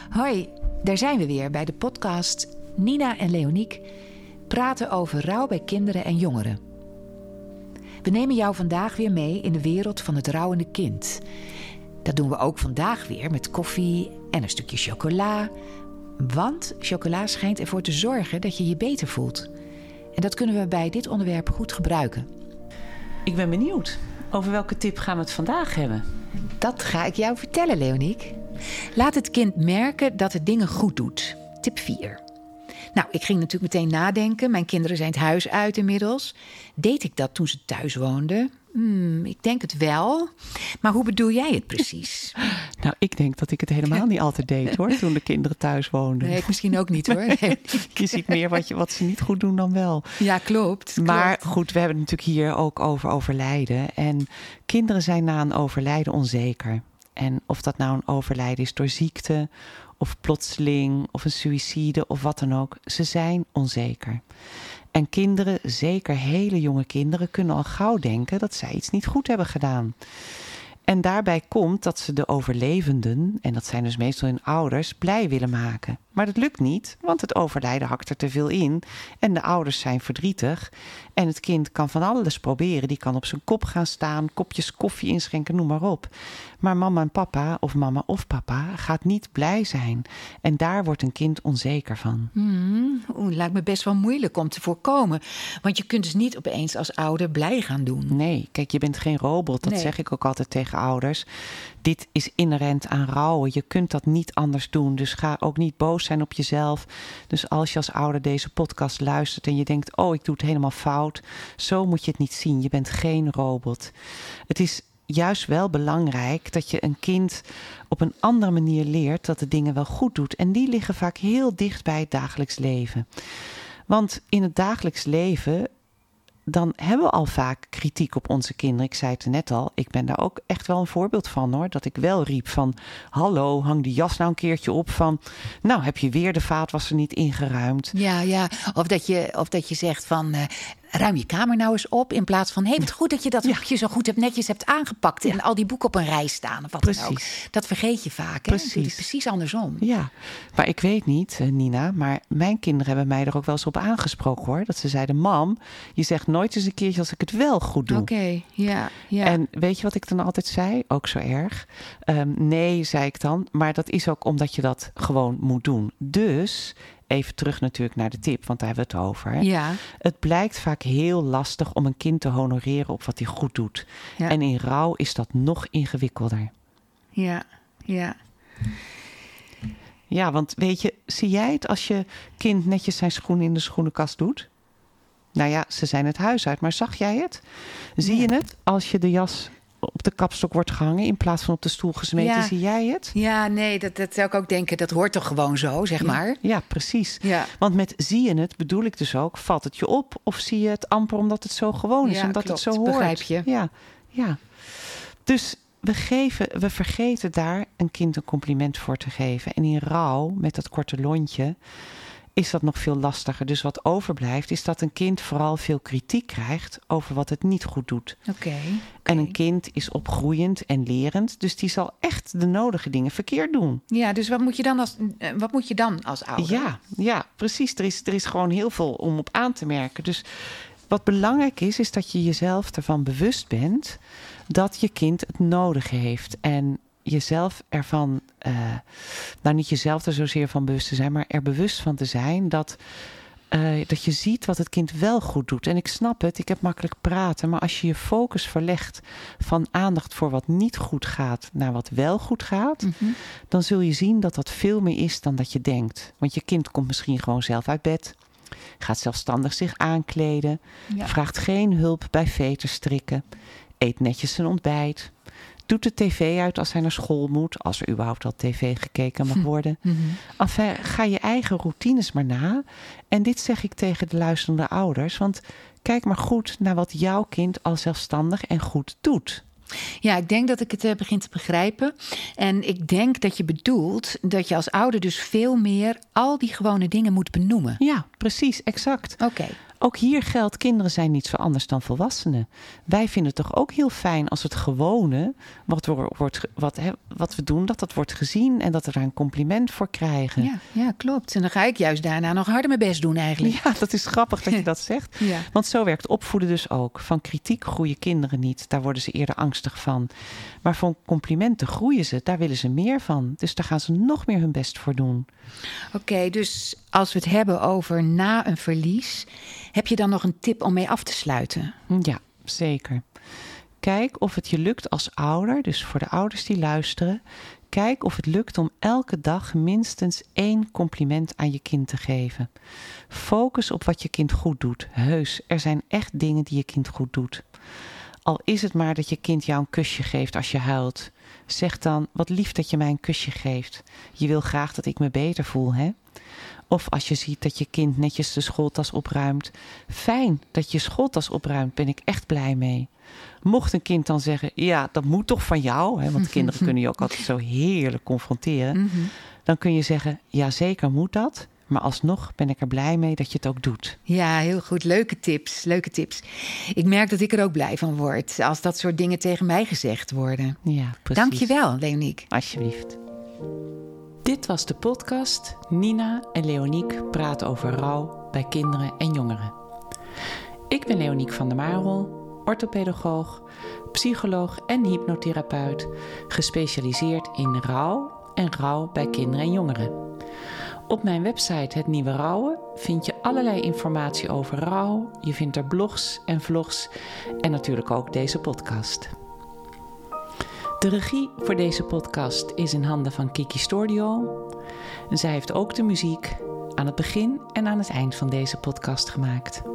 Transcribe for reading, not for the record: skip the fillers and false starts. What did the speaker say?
Hoi, daar zijn we weer bij de podcast Nina en Leoniek praten over rouw bij kinderen en jongeren. We nemen jou vandaag weer mee in de wereld van het rouwende kind. Dat doen we ook vandaag weer met koffie en een stukje chocola. Want chocola schijnt ervoor te zorgen dat je je beter voelt. En dat kunnen we bij dit onderwerp goed gebruiken. Ik ben benieuwd. Over welke tip gaan we het vandaag hebben? Dat ga ik jou vertellen, Leoniek. Laat het kind merken dat het dingen goed doet. Tip 4. Nou, ik ging natuurlijk meteen nadenken. Mijn kinderen zijn het huis uit inmiddels. Deed ik dat toen ze thuis woonden? Ik denk het wel. Maar hoe bedoel jij het precies? Nou, ik denk dat ik het helemaal niet altijd deed, hoor. Toen de kinderen thuis woonden. Nee, ik misschien ook niet, hoor. Nee, je ziet meer wat ze niet goed doen dan wel. Ja, klopt. Maar goed, we hebben het natuurlijk hier ook over overlijden. En kinderen zijn na een overlijden onzeker. En of dat nou een overlijden is door ziekte, of plotseling, of een suïcide, of wat dan ook. Ze zijn onzeker. En kinderen, zeker hele jonge kinderen, kunnen al gauw denken dat zij iets niet goed hebben gedaan. En daarbij komt dat ze de overlevenden, en dat zijn dus meestal hun ouders, blij willen maken. Maar dat lukt niet, want het overlijden hakt er te veel in. En de ouders zijn verdrietig. En het kind kan van alles proberen. Die kan op zijn kop gaan staan, kopjes koffie inschenken, noem maar op. Maar mama of papa gaat niet blij zijn. En daar wordt een kind onzeker van. Lijkt me best wel moeilijk om te voorkomen. Want je kunt dus niet opeens als ouder blij gaan doen. Nee, kijk, je bent geen robot. Dat zeg ik ook altijd tegen ouders. Dit is inherent aan rouwen. Je kunt dat niet anders doen. Dus ga ook niet boos zijn op jezelf. Dus als je als ouder deze podcast luistert en je denkt, ik doe het helemaal fout. Zo moet je het niet zien. Je bent geen robot. Het is juist wel belangrijk dat je een kind op een andere manier leert dat het dingen wel goed doet. En die liggen vaak heel dicht bij het dagelijks leven. Want in het dagelijks leven, dan hebben we al vaak kritiek op onze kinderen. Ik zei het net al, ik ben daar ook echt wel een voorbeeld van, hoor. Dat ik wel riep van, hallo, hang die jas nou een keertje op van, nou, heb je weer de vaatwasser niet ingeruimd? Ja. Of dat je zegt van, ruim je kamer nou eens op. In plaats van, wat goed dat je dat hoekje zo goed netjes hebt aangepakt. En al die boeken op een rij staan. Of wat dan ook. Dat vergeet je vaak. Hè? Precies andersom. Ja, maar ik weet niet, Nina. Maar mijn kinderen hebben mij er ook wel eens op aangesproken, hoor. Dat ze zeiden, mam, je zegt nooit eens een keertje als ik het wel goed doe. Oké, ja. En weet je wat ik dan altijd zei? Ook zo erg. Nee, zei ik dan. Maar dat is ook omdat je dat gewoon moet doen. Dus even terug natuurlijk naar de tip, want daar hebben we het over. Hè? Ja. Het blijkt vaak heel lastig om een kind te honoreren op wat hij goed doet. Ja. En in rouw is dat nog ingewikkelder. Ja. Ja, want weet je, zie jij het als je kind netjes zijn schoenen in de schoenenkast doet? Nou ja, ze zijn het huis uit, maar zag jij het? Zie je het als je de jas op de kapstok wordt gehangen in plaats van op de stoel gesmeten? Ja. Zie jij het? Ja, nee, dat zou ik ook denken. Dat hoort toch gewoon zo, zeg maar? Ja, precies. Ja. Want met zie je het bedoel ik dus ook, valt het je op of zie je het amper omdat het zo gewoon is, omdat klopt, het zo hoort? Begrijp je. Ja. Dus we vergeten daar een kind een compliment voor te geven. En in rouw, met dat korte lontje, is dat nog veel lastiger. Dus wat overblijft, is dat een kind vooral veel kritiek krijgt over wat het niet goed doet. Oké. En een kind is opgroeiend en lerend, dus die zal echt de nodige dingen verkeerd doen. Ja, dus wat moet je dan als ouder? Ja, precies. Er is gewoon heel veel om op aan te merken. Dus wat belangrijk is dat je jezelf ervan bewust bent dat je kind het nodig heeft. En jezelf ervan, niet jezelf er zozeer van bewust te zijn, maar er bewust van te zijn dat je ziet wat het kind wel goed doet. En ik snap het, ik heb makkelijk praten, maar als je je focus verlegt van aandacht voor wat niet goed gaat naar wat wel goed gaat, dan zul je zien dat dat veel meer is dan dat je denkt. Want je kind komt misschien gewoon zelf uit bed, gaat zelfstandig zich aankleden, vraagt geen hulp bij veterstrikken, eet netjes zijn ontbijt, doet de tv uit als hij naar school moet, als er überhaupt al tv gekeken mag worden. Enfin, ga je eigen routines maar na. En dit zeg ik tegen de luisterende ouders, want kijk maar goed naar wat jouw kind al zelfstandig en goed doet. Ja, ik denk dat ik het begin te begrijpen. En ik denk dat je bedoelt dat je als ouder dus veel meer al die gewone dingen moet benoemen. Ja, precies, exact. Oké. Ook hier geldt, kinderen zijn niet zo anders dan volwassenen. Wij vinden het toch ook heel fijn als het gewone, wat we doen, dat wordt gezien en dat we daar een compliment voor krijgen. Ja, klopt. En dan ga ik juist daarna nog harder mijn best doen eigenlijk. Ja, dat is grappig dat je dat zegt. Ja. Want zo werkt opvoeden dus ook. Van kritiek groeien kinderen niet. Daar worden ze eerder angstig van. Maar van complimenten groeien ze. Daar willen ze meer van. Dus daar gaan ze nog meer hun best voor doen. Oké, dus als we het hebben over na een verlies, heb je dan nog een tip om mee af te sluiten? Ja, zeker. Kijk of het je lukt als ouder, dus voor de ouders die luisteren, kijk of het lukt om elke dag minstens 1 compliment aan je kind te geven. Focus op wat je kind goed doet. Heus, er zijn echt dingen die je kind goed doet. Al is het maar dat je kind jou een kusje geeft als je huilt. Zeg dan, wat lief dat je mij een kusje geeft. Je wil graag dat ik me beter voel, hè? Of als je ziet dat je kind netjes de schooltas opruimt. Fijn dat je schooltas opruimt, ben ik echt blij mee. Mocht een kind dan zeggen, ja, dat moet toch van jou, hè? Want kinderen kunnen je ook altijd zo heerlijk confronteren. Mm-hmm. Dan kun je zeggen, ja, zeker moet dat. Maar alsnog ben ik er blij mee dat je het ook doet. Ja, heel goed. Leuke tips. Ik merk dat ik er ook blij van word als dat soort dingen tegen mij gezegd worden. Ja, precies. Dankjewel, Leoniek. Alsjeblieft. Dit was de podcast Nina en Leoniek praten over rouw bij kinderen en jongeren. Ik ben Leoniek van der Marel, orthopedagoog, psycholoog en hypnotherapeut, gespecialiseerd in rouw en rouw bij kinderen en jongeren. Op mijn website Het Nieuwe Rouwen vind je allerlei informatie over rouw. Je vindt er blogs en vlogs en natuurlijk ook deze podcast. De regie voor deze podcast is in handen van Kiki Stordio. Zij heeft ook de muziek aan het begin en aan het eind van deze podcast gemaakt.